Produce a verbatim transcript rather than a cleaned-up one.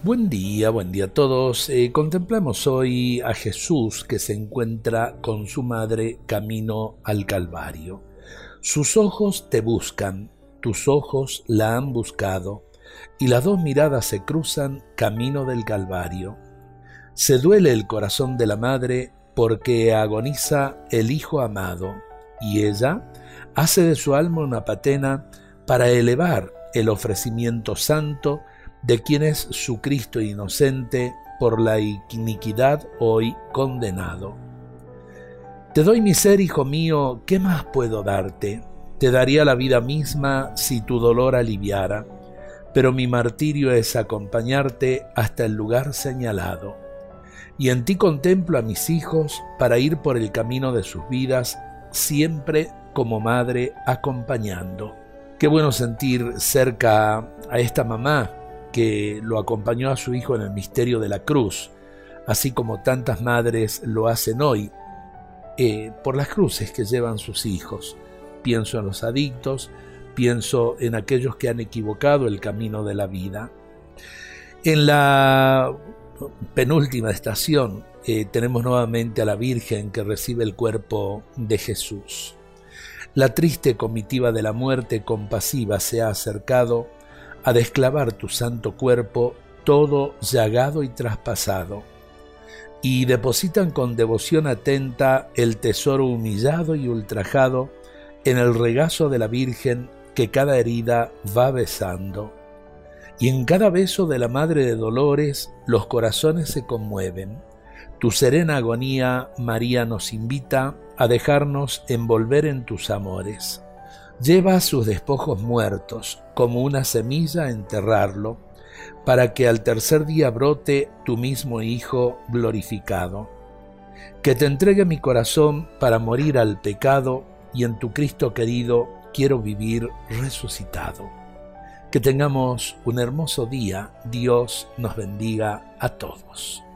Buen día, buen día a todos. Eh, contemplamos hoy a Jesús que se encuentra con su madre camino al Calvario. Sus ojos te buscan, tus ojos la han buscado, y las dos miradas se cruzan camino del Calvario. Se duele el corazón de la madre porque agoniza el hijo amado, y ella hace de su alma una patena para elevar el ofrecimiento santo de quien es su Cristo inocente por la iniquidad hoy condenado. Te doy mi ser, hijo mío, ¿qué más puedo darte? Te daría la vida misma si tu dolor aliviara, pero mi martirio es acompañarte hasta el lugar señalado. Y en ti contemplo a mis hijos para ir por el camino de sus vidas, siempre como madre acompañando. Qué bueno sentir cerca a esta mamá que lo acompañó a su hijo en el misterio de la cruz, así como tantas madres lo hacen hoy, eh, por las cruces que llevan sus hijos. Pienso en los adictos, pienso en aquellos que han equivocado el camino de la vida. En la penúltima estación eh, tenemos nuevamente a la Virgen que recibe el cuerpo de Jesús. La triste comitiva de la muerte compasiva se ha acercado a desclavar tu santo cuerpo todo llagado y traspasado, y depositan con devoción atenta el tesoro humillado y ultrajado en el regazo de la Virgen que cada herida va besando. Y en cada beso de la Madre de Dolores los corazones se conmueven. Tu serena agonía, María, nos invita a dejarnos envolver en tus amores. Lleva sus despojos muertos, como una semilla a enterrarlo, para que al tercer día brote tu mismo Hijo glorificado. Que te entregue mi corazón para morir al pecado, y en tu Cristo querido quiero vivir resucitado. Que tengamos un hermoso día. Dios nos bendiga a todos.